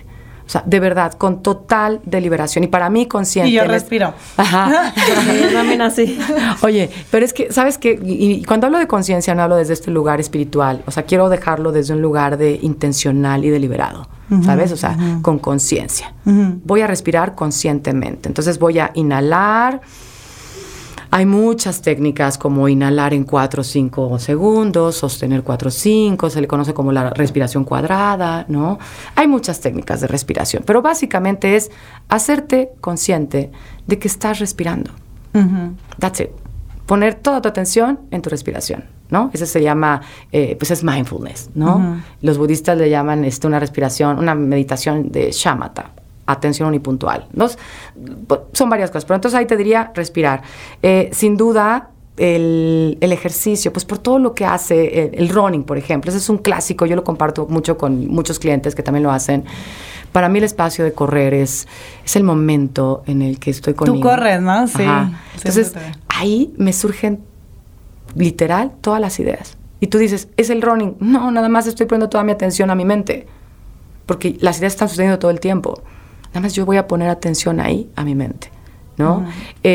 O sea, de verdad, con total deliberación. Y para mí, consciente. Y yo respiro. Ajá. Yo también así. Oye, pero es que, ¿sabes qué? Y cuando hablo de conciencia, no hablo desde este lugar espiritual. O sea, quiero dejarlo desde un lugar de intencional y deliberado. ¿Sabes? O sea, con conciencia. Voy a respirar conscientemente. Entonces voy a inhalar. Hay muchas técnicas como inhalar en 4 o 5 segundos, sostener 4 o 5, se le conoce como la respiración cuadrada, ¿no? Hay muchas técnicas de respiración, pero básicamente es hacerte consciente de que estás respirando. That's it. Poner toda tu atención en tu respiración, ¿no? Eso se llama, pues es mindfulness, ¿no? Los budistas le llaman una respiración, una meditación de shamatha. Atención unipuntual, ¿no? Son varias cosas, pero entonces ahí te diría respirar. Sin duda, el ejercicio, pues por todo lo que hace el running, por ejemplo, ese es un clásico, yo lo comparto mucho con muchos clientes que también lo hacen. Para mí el espacio de correr es el momento en el que estoy conmigo. Tú corres, ¿no? Sí. Entonces, ahí me surgen literal todas las ideas. Y tú dices, ¿es el running? No, nada más estoy poniendo toda mi atención a mi mente. Porque las ideas están sucediendo todo el tiempo. Nada más yo voy a poner atención ahí, a mi mente, ¿no?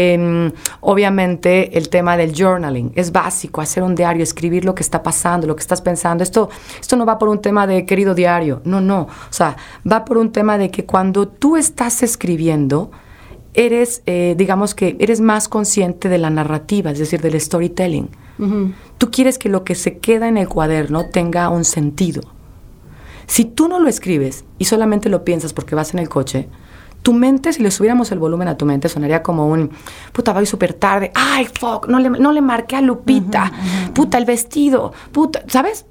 Obviamente, el tema del journaling es básico, hacer un diario, escribir lo que está pasando, lo que estás pensando. Esto no va por un tema de querido diario, no. O sea, va por un tema de que cuando tú estás escribiendo, eres, digamos que eres más consciente de la narrativa, es decir, del storytelling. Tú quieres que lo que se queda en el cuaderno tenga un sentido. Si tú no lo escribes y solamente lo piensas porque vas en el coche, tu mente, si le subiéramos el volumen a tu mente, sonaría como un, puta, voy súper tarde, ay, fuck, no le marqué a Lupita, puta, el vestido, puta, ¿sabes?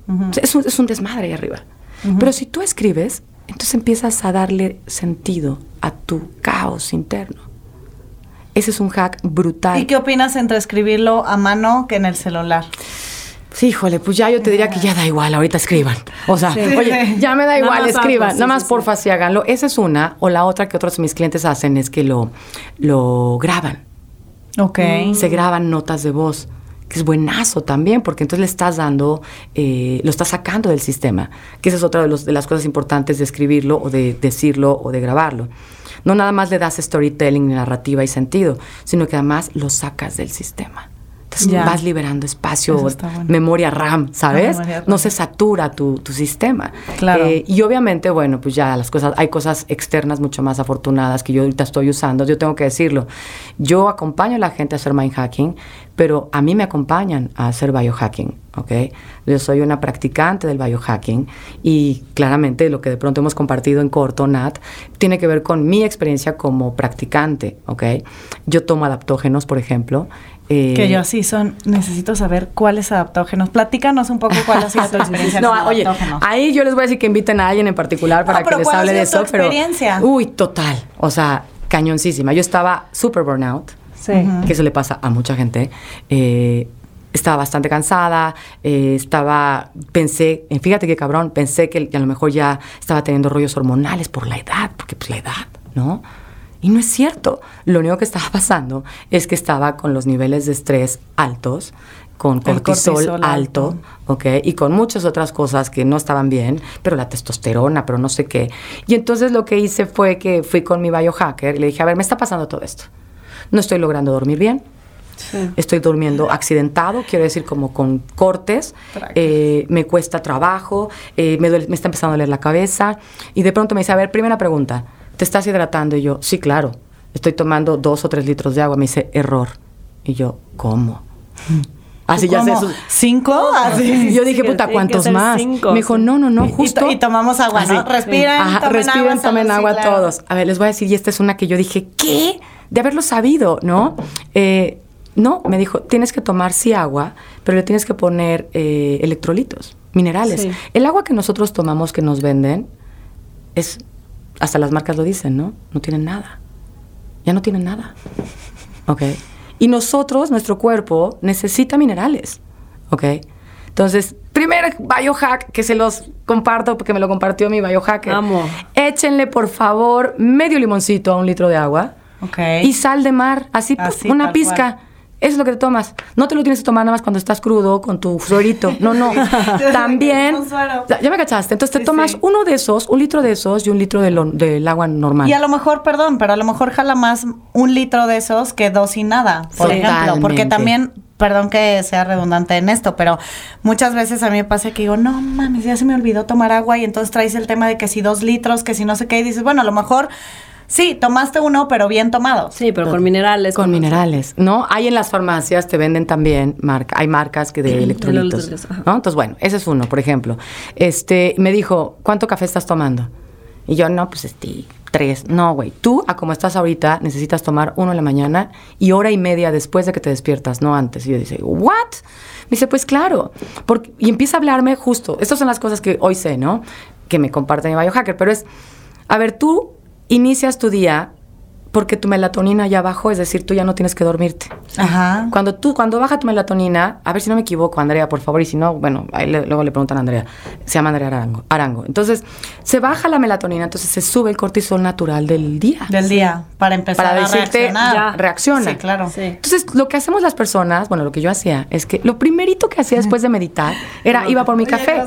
Es un desmadre ahí arriba. Pero si tú escribes, entonces empiezas a darle sentido a tu caos interno. Ese es un hack brutal. ¿Y qué opinas entre escribirlo a mano que en el celular? Sí, híjole, pues ya yo te diría que ya da igual, ahorita escriban. O sea, oye, ya me da igual, escriban. Nada más, porfa, sí háganlo. Esa es una. O la otra que otros de mis clientes hacen es que lo graban. Ok. Se graban notas de voz, que es buenazo también, porque entonces le estás dando, lo estás sacando del sistema. Que esa es otra de las cosas importantes de escribirlo, o de decirlo, o de grabarlo. No nada más le das storytelling, narrativa y sentido, sino que además lo sacas del sistema. Entonces vas liberando espacio, memoria RAM, ¿sabes? No se satura tu sistema. Claro. Y obviamente, bueno, pues ya hay cosas externas mucho más afortunadas que yo ahorita estoy usando. Yo tengo que decirlo. Yo acompaño a la gente a hacer mind hacking, pero a mí me acompañan a hacer biohacking, ¿ok? Yo soy una practicante del biohacking y claramente lo que de pronto hemos compartido en corto, Nat, tiene que ver con mi experiencia como practicante, ¿ok? Yo tomo adaptógenos, por ejemplo. Que yo sí necesito saber cuáles adaptógenos. Platícanos un poco cuál ha sido tu experiencia con adaptógenos. Oye, ahí yo les voy a decir que inviten a alguien en particular para que les hable de eso. ¿Cuál ha sido tu experiencia? Uy, total. O sea, cañoncísima. Yo estaba súper burnout, que eso le pasa a mucha gente. Estaba bastante cansada, pensé que a lo mejor ya estaba teniendo rollos hormonales por la edad, porque pues la edad, ¿no? Y no es cierto. Lo único que estaba pasando es que estaba con los niveles de estrés altos, con cortisol alto, ¿ok? Y con muchas otras cosas que no estaban bien, pero la testosterona, pero no sé qué. Y entonces lo que hice fue que fui con mi biohacker y le dije, a ver, me está pasando todo esto. No estoy logrando dormir bien. Sí. Estoy durmiendo accidentado, quiero decir como con cortes, me cuesta trabajo, me está empezando a doler la cabeza. Y de pronto me dice, a ver, primera pregunta, ¿te estás hidratando? Y yo, sí, claro, estoy tomando 2 o 3 litros de agua. Me dice, error. Y yo, ¿cómo? Así ya sé. ¿5? Así. Yo dije, puta, ¿cuántos más? 5, me dijo, no, justo. Y tomamos agua, ¿no? Respiren, tomen agua todos. A ver, les voy a decir, y esta es una que yo dije, ¿qué? De haberlo sabido, ¿no? No, me dijo, tienes que tomar sí agua, pero le tienes que poner electrolitos, minerales. Sí. El agua que nosotros tomamos, que nos venden, es, hasta las marcas lo dicen, ¿no? No tienen nada. Ya no tienen nada. ¿Ok? Y nuestro cuerpo necesita minerales. ¿Ok? Entonces, primer biohack que se los comparto porque me lo compartió mi biohacker. Amo. Échenle, por favor, medio limoncito a 1 litro de agua. Okay. Y sal de mar, así una pizca. Eso es lo que te tomas. No te lo tienes que tomar nada más cuando estás crudo con tu suerito. No. También. Ya me cachaste. Entonces te tomas uno de esos, 1 litro de esos y 1 litro del agua normal. Y a lo mejor, perdón, pero a lo mejor jala más 1 litro de esos que 2 sin nada, por ejemplo. Porque también, perdón que sea redundante en esto, pero muchas veces a mí me pasa que digo, no mames, ya se me olvidó tomar agua y entonces traes el tema de que si 2 litros, que si no sé qué, y dices, bueno, a lo mejor sí, tomaste uno, pero bien tomado. Sí, pero con minerales. Con minerales, ¿no? Hay en las farmacias, te venden también, hay marcas que de electrolitos, ¿no? Entonces, bueno, ese es uno, por ejemplo. Me dijo, ¿cuánto café estás tomando? Y yo, no, pues 3. No, güey, tú, a como estás ahorita, necesitas tomar 1 en la mañana y 1:30 después de que te despiertas, no antes. Y yo dice, ¿what? Me dice, pues claro. Y empieza a hablarme justo. Estas son las cosas que hoy sé, ¿no? Que me comparte mi biohacker, pero es, a ver, tú inicias tu día porque tu melatonina ya bajó, es decir, tú ya no tienes que dormirte. Ajá. Cuando baja tu melatonina, a ver si no me equivoco, Andrea, por favor, y si no, bueno, ahí luego le preguntan a Andrea, se llama Andrea Arango. Entonces, se baja la melatonina, entonces se sube el cortisol natural del día. Para empezar a reaccionar. Reacciona. Sí, claro. Sí. Entonces, lo que hacemos las personas, bueno, lo que yo hacía, es que lo primerito que hacía después de meditar era, iba por mi café.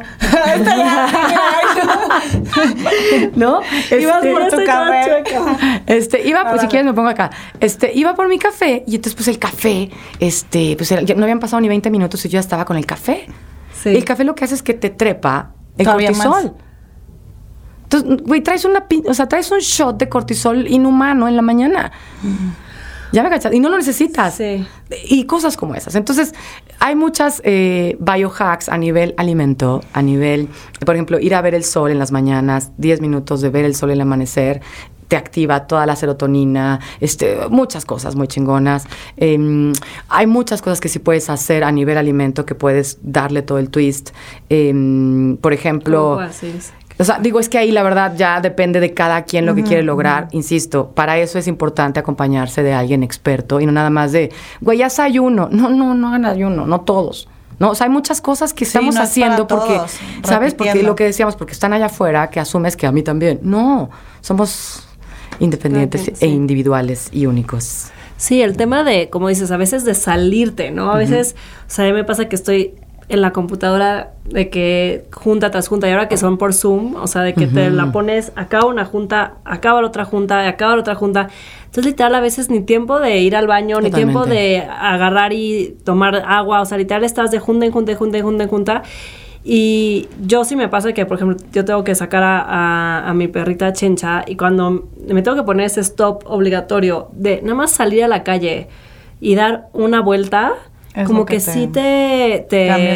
¿No? Ibas por tu café. Pues si quieres me pongo acá. Iba por mi café y entonces pues el café, no habían pasado ni 20 minutos y yo ya estaba con el café. Sí. El café lo que hace es que te trepa el todavía cortisol. Más. Entonces, güey, traes un shot de cortisol inhumano en la mañana. Ya me cachas. Y no lo necesitas. Sí. Y cosas como esas. Entonces, hay muchas biohacks a nivel alimento, a nivel, por ejemplo, ir a ver el sol en las mañanas, 10 minutos de ver el sol en el amanecer, te activa toda la serotonina, muchas cosas muy chingonas. Hay muchas cosas que sí puedes hacer a nivel alimento, que puedes darle todo el twist. Por ejemplo, o sea, digo, es que ahí la verdad ya depende de cada quien lo que quiere lograr. Insisto, para eso es importante acompañarse de alguien experto y no nada más de, güey, haz ayuno. No hagan ayuno, no todos. No, o sea, hay muchas cosas que estamos haciendo porque, todos, ¿sabes? Porque lo que decíamos, porque están allá afuera, que asumes que a mí también. No, somos independientes e individuales y únicos. Sí, el tema de, como dices, a veces de salirte, ¿no? A veces, o sea, a mí me pasa que estoy en la computadora de que junta tras junta, y ahora que son por Zoom, o sea, de que te la pones, acaba una junta, acaba la otra junta, acaba la otra junta. Entonces, literal, a veces ni tiempo de ir al baño, ni tiempo de agarrar y tomar agua, o sea, literal, estás de junta en junta, en junta, en junta, en junta. Y yo sí me pasa que, por ejemplo, yo tengo que sacar a mi perrita Chencha y cuando me tengo que poner ese stop obligatorio de nada más salir a la calle y dar una vuelta, es como que sí te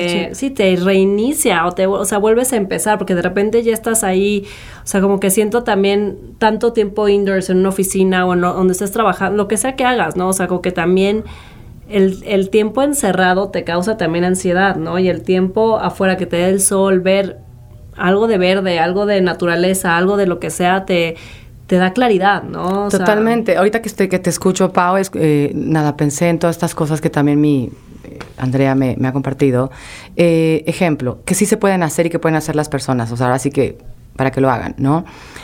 reinicia o sea, vuelves a empezar porque de repente ya estás ahí, o sea, como que siento también tanto tiempo indoors en una oficina o donde estés trabajando, lo que sea que hagas, ¿no? O sea, como que también el tiempo encerrado te causa también ansiedad, ¿no? Y el tiempo afuera que te dé el sol, ver algo de verde, algo de naturaleza, algo de lo que sea, te da claridad, ¿no? O totalmente. Sea, ahorita que te escucho, Pau, pensé en todas estas cosas que también Andrea me ha compartido. Ejemplo, que sí se pueden hacer y que pueden hacer las personas. O sea, ahora sí que para que lo hagan, ¿no?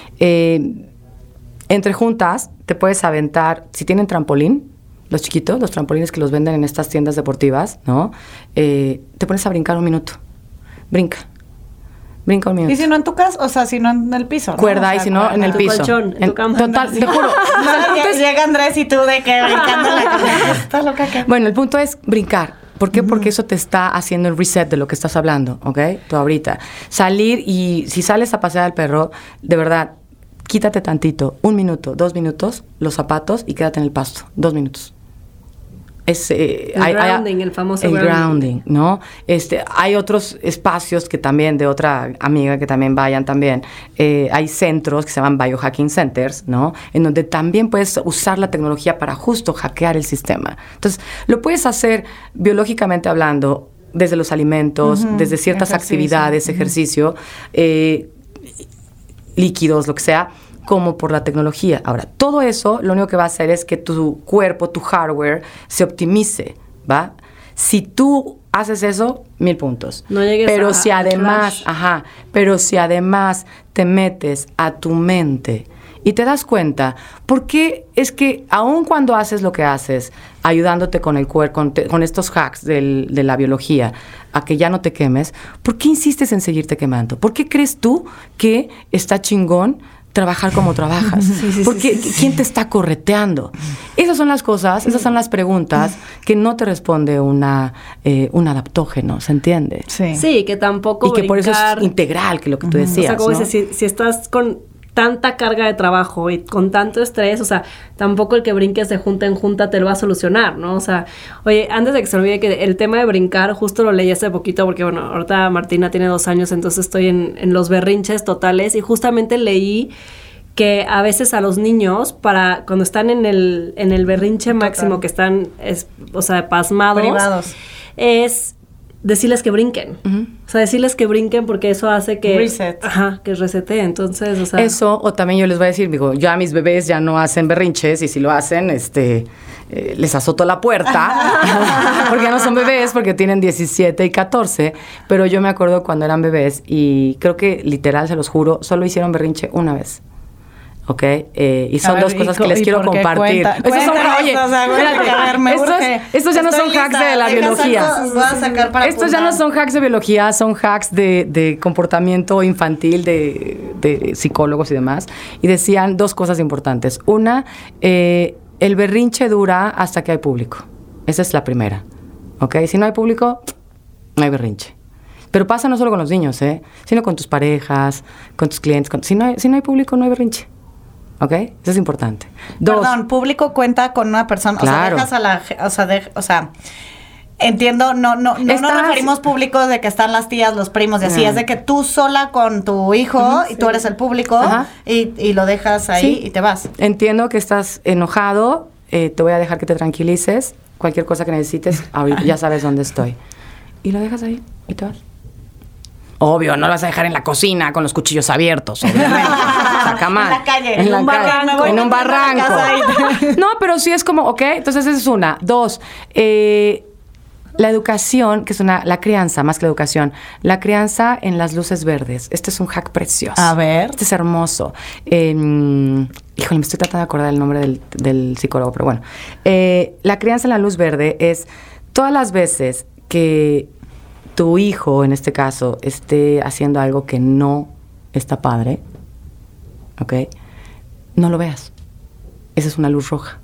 Entre juntas te puedes aventar, si tienen trampolín, los chiquitos, los trampolines que los venden en estas tiendas deportivas, ¿no? Te pones a brincar 1 minuto. Brinca 1 minuto. Y si no en tu casa, o sea, si no en el piso, ¿no? Cuerda, o sea, y si no en el piso. Colchón, en tu cama. Total, te juro. Llega Andrés y tú de que brincando en la cama. Estás loca que... Bueno, el punto es brincar. ¿Por qué? Porque eso te está haciendo el reset de lo que estás hablando, ¿ok? Tú ahorita. Salir y si sales a pasear al perro, de verdad, quítate tantito, 1 minuto, 2 minutos, los zapatos y quédate en el pasto, 2 minutos. Grounding, el famoso grounding, ¿no? Hay otros espacios que también, de otra amiga que también vayan también, hay centros que se llaman biohacking centers, ¿no? En donde también puedes usar la tecnología para justo hackear el sistema. Entonces, lo puedes hacer biológicamente hablando, desde los alimentos, desde ciertas actividades, ejercicio, líquidos, lo que sea, como por la tecnología. Ahora, todo eso lo único que va a hacer es que tu cuerpo, tu hardware, se optimice, ¿va? Si tú haces eso, 1000 puntos. No llegues pero a si además, pero si además te metes a tu mente y te das cuenta, porque es que aun cuando haces lo que haces, ayudándote con el cuerpo, con estos hacks de la biología, a que ya no te quemes, ¿por qué insistes en seguirte quemando? ¿Por qué crees tú que está chingón trabajar como trabajas? Porque ¿quién te está correteando? Esas son las cosas, esas son las preguntas que no te responde un adaptógeno, ¿se entiende? Sí, que tampoco y que por eso es brincar, integral, que lo que tú decías, o sea, como ¿no? dices, si estás con tanta carga de trabajo y con tanto estrés, o sea, tampoco el que brinques de junta en junta te lo va a solucionar, ¿no? O sea, oye, antes de que se olvide que el tema de brincar, justo lo leí hace poquito porque, bueno, ahorita Martina tiene 2 años, entonces estoy en los berrinches totales y justamente leí que a veces a los niños, para cuando están en el berrinche máximo, que están, o sea, pasmados, privados, es decirles que brinquen. O sea, decirles que brinquen porque eso hace que... Reset. Ajá, que resete. Entonces, o sea... Eso, o también yo les voy a decir, digo, ya mis bebés ya no hacen berrinches y si lo hacen, les azoto la puerta porque ya no son bebés, porque tienen 17 y 14, pero yo me acuerdo cuando eran bebés y creo que literal, se los juro, solo hicieron berrinche una vez. ¿Ok? Y son dos cosas que les quiero compartir. Estos ya no son hacks de la biología. Estos ya no son hacks de biología, son hacks de comportamiento infantil, de psicólogos y demás. Y decían 2 cosas importantes. Una, el berrinche dura hasta que hay público. Esa es la primera. ¿Ok? Si no hay público, no hay berrinche. Pero pasa no solo con los niños, sino con tus parejas, con tus clientes. Si no hay público, no hay berrinche. ¿Ok? Eso es importante. 2. Perdón, público cuenta con una persona, claro. O sea, dejas a la... o sea, entiendo, no nos referimos público de que están las tías, los primos y así, es de que tú sola con tu hijo y tú eres el público y lo dejas ahí y te vas. Entiendo que estás enojado, te voy a dejar que te tranquilices, cualquier cosa que necesites, ahorita ya sabes dónde estoy. Y lo dejas ahí y te vas. Obvio, no lo vas a dejar en la cocina con los cuchillos abiertos, obviamente. Saca mal. En la calle, en un barranco. En un barranco. No, pero sí es como, ¿ok? Entonces esa es una. 2, la educación, que es la crianza, más que la educación. La crianza en las luces verdes. Este es un hack precioso. A ver. Este es hermoso. Híjole, me estoy tratando de acordar el nombre del psicólogo, pero bueno. La crianza en la luz verde es todas las veces que tu hijo, en este caso, esté haciendo algo que no está padre, ¿ok? No lo veas. Esa es una luz roja.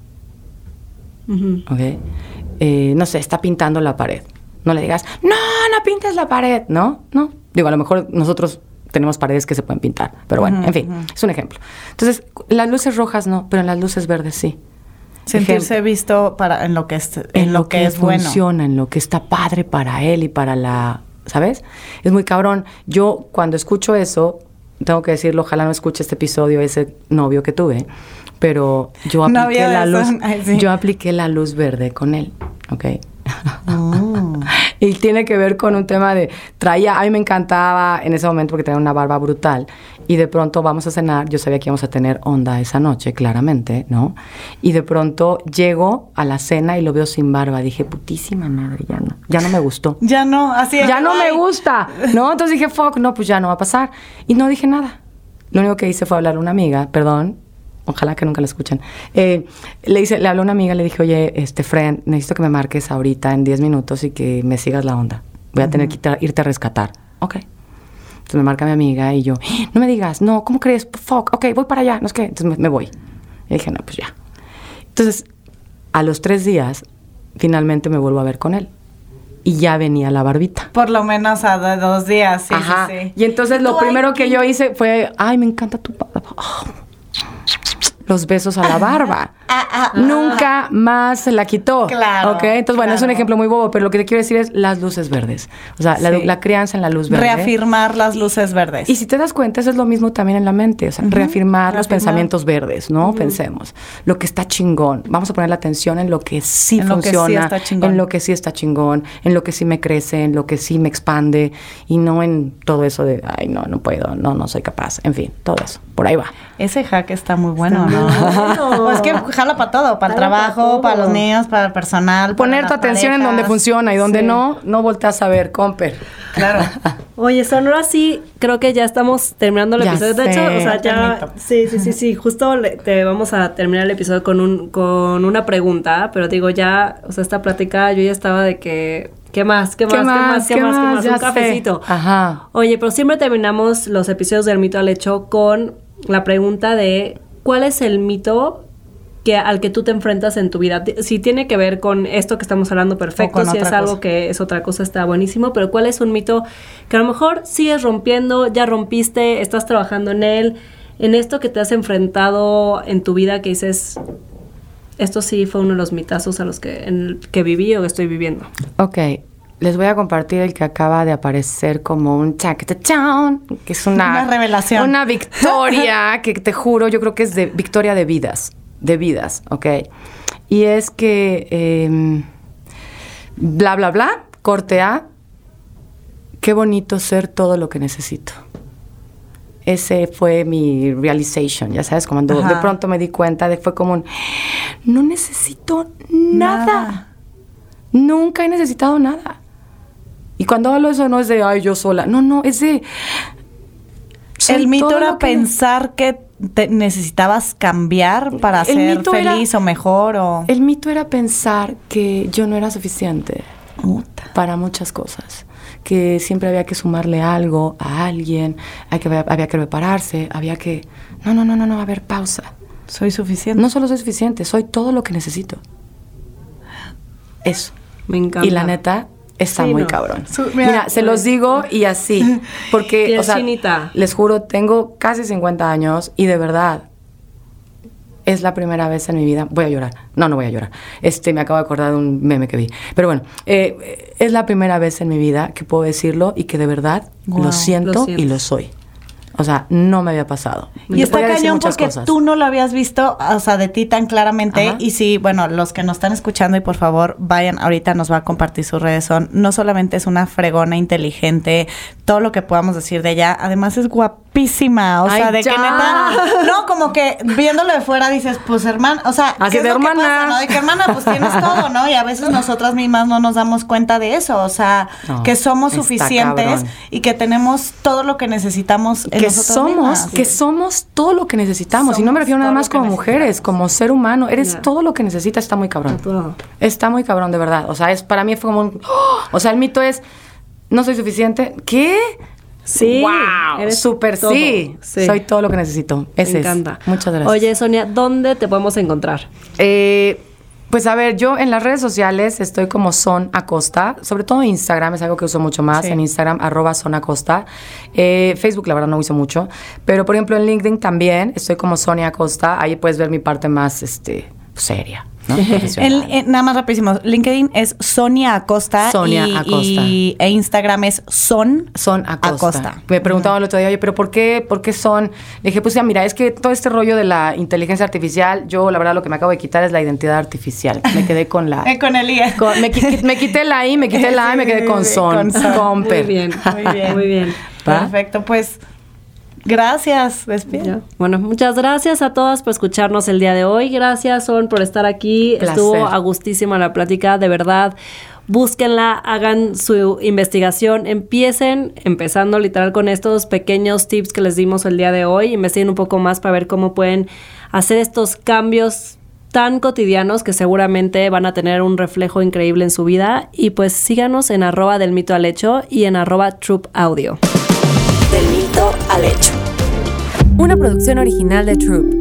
¿Ok? No sé, está pintando la pared. No le digas, no pintes la pared, ¿no? No. Digo, a lo mejor nosotros tenemos paredes que se pueden pintar, pero bueno, en fin, es un ejemplo. Entonces, las luces rojas no, pero en las luces verdes sí. Sentirse visto en lo que es bueno. Funciona, en lo que está padre para él y para la... ¿Sabes? Es muy cabrón. Yo, cuando escucho eso, tengo que decirlo, ojalá no escuche este episodio ese novio que tuve, pero yo apliqué yo apliqué la luz verde con él, ¿ok? Y tiene que ver con un tema de a mí me encantaba en ese momento porque tenía una barba brutal y de pronto vamos a cenar, yo sabía que íbamos a tener onda esa noche, claramente, ¿no? Y de pronto llego a la cena y lo veo sin barba, dije, putísima madre, ya no me gustó. Ya no, así es. Ya no me gusta, ¿no? Entonces dije, fuck, no, pues ya no va a pasar. Y no dije nada. Lo único que hice fue hablarle a una amiga, perdón, ojalá que nunca la escuchen. Le hablé a una amiga, le dije, oye, friend, necesito que me marques ahorita en 10 minutos y que me sigas la onda. Voy a tener que irte a rescatar. Ok. Entonces me marca mi amiga y yo, no me digas, no, ¿cómo crees? Fuck, ok, voy para allá, no es que, entonces me voy. Y dije, no, pues ya. Entonces, a los 3 días, finalmente me vuelvo a ver con él. Y ya venía la barbita. Por lo menos a 2 días, sí, Ajá. sí. Y entonces lo primero que yo hice fue, ay, me encanta tu barba. Oh. Los besos a la barba. Nunca más se la quitó. Claro. ¿Ok? Entonces, bueno, es un ejemplo muy bobo, pero lo que te quiero decir es las luces verdes. O sea, la crianza en la luz verde. Reafirmar las luces verdes. Y si te das cuenta, eso es lo mismo también en la mente. O sea, reafirmar los pensamientos verdes, ¿no? Pensemos. Lo que está chingón. Vamos a poner la atención en lo que sí funciona. En lo que sí está chingón. En lo que sí me crece. En lo que sí me expande. Y no en todo eso de, ay, no puedo. No soy capaz. En fin, todo eso. Por ahí va. Ese hack está muy bueno, ¿no? Pues que jala para todo, para el trabajo, para los niños, para el personal. Poner tu atención en donde funciona y donde no volteas a ver, comper. Claro. Oye, Son, ahora sí, creo que ya estamos terminando el Ya episodio. De sé, hecho, o sea, ya... termito. Sí. Justo te vamos a terminar el episodio con una pregunta, pero digo, ya, o sea, esta plática yo ya estaba de que... ¿Qué más? Ya Un sé. cafecito. Ajá. Oye, pero siempre terminamos los episodios del Mito al Hecho con la pregunta de ¿cuál es el mito al que tú te enfrentas en tu vida? Si tiene que ver con esto que estamos hablando, perfecto. Si es algo que es otra cosa, está buenísimo. Pero ¿cuál es un mito que a lo mejor sigues rompiendo, ya rompiste, estás trabajando en él, en esto que te has enfrentado en tu vida que dices, esto sí fue uno de los mitazos en el que viví o que estoy viviendo? Ok, les voy a compartir el que acaba de aparecer como un chacatachán, que es una revelación. Una victoria que te juro, yo creo que es de victoria de vidas, ¿ok? Y es que, bla, bla, bla, corte A, qué bonito ser todo lo que necesito. Ese fue mi realization, ya sabes, cuando de pronto me di cuenta fue como no necesito nada. Nunca he necesitado nada. Y cuando hablo de eso no es de, ay, yo sola. No, es de... El mito era pensar que necesitabas cambiar para ser feliz o mejor o... El mito era pensar que yo no era suficiente para muchas cosas. Que siempre había que sumarle algo a alguien, había que prepararse, había que... No, a ver, pausa. Soy suficiente. No solo soy suficiente, soy todo lo que necesito. Eso. Me encanta. Y la neta, está muy cabrón. Mira, se los digo y así, porque, o sea, chinita. les juro, tengo casi 50 años y de verdad, es la primera vez en mi vida, voy a llorar, no voy a llorar, me acabo de acordar de un meme que vi, pero bueno, es la primera vez en mi vida que puedo decirlo y que de verdad lo siento y lo soy. O sea, no me había pasado. Y está cañón porque tú no lo habías visto, o sea, de ti tan claramente. Ajá. Y sí, bueno, los que nos están escuchando y por favor vayan, ahorita nos va a compartir sus redes, no solamente es una fregona inteligente, todo lo que podamos decir de ella, además es guapísima, o sea, de que neta, no, como que viéndolo de fuera dices, pues hermana, o sea, así ¿qué de es lo hermana? que pasa, no? De que hermana, pues tienes todo, ¿no? Y a veces nosotras mismas no nos damos cuenta de eso, o sea, que somos suficientes cabrón. Y que tenemos todo lo que necesitamos en que somos todo lo que necesitamos. Y no me refiero nada más como mujeres, como ser humano. Eres todo lo que necesitas. Está muy cabrón. Está muy cabrón, de verdad. O sea, para mí fue como un... O sea, el mito es, no soy suficiente. ¿Qué? Sí. ¡Wow! Súper sí. Soy todo lo que necesito. Ese me encanta. Muchas gracias. Oye, Sonia, ¿dónde te podemos encontrar? Pues a ver, yo en las redes sociales estoy como Son Acosta, sobre todo Instagram, es algo que uso mucho más, en Instagram, @sonacosta. Facebook, la verdad, no uso mucho, pero por ejemplo en LinkedIn también estoy como Sonia Acosta, ahí puedes ver mi parte más, seria, ¿no? Nada más rapidísimo, LinkedIn es Sonia Acosta. E Instagram es Son Acosta. Me preguntaban el otro día, oye, pero ¿por qué Son? Le dije, pues ya, mira, es que todo este rollo de la inteligencia artificial, yo la verdad lo que me acabo de quitar es la identidad artificial. Me quedé con la... con el IA. Me quité la I, me quité la A y me quedé con Son. Muy bien. Perfecto, pues... Gracias, despide. Bueno, muchas gracias a todas por escucharnos el día de hoy. Gracias, Son, por estar aquí. Placer. Estuvo a gustísima la plática, de verdad. Búsquenla, hagan su investigación, empezando literal con estos pequeños tips que les dimos el día de hoy. Investiguen un poco más para ver cómo pueden hacer estos cambios tan cotidianos que seguramente van a tener un reflejo increíble en su vida. Y pues síganos en @delmitoalhecho y en @troopaudio. Del mito al hecho. Una producción original de Troop.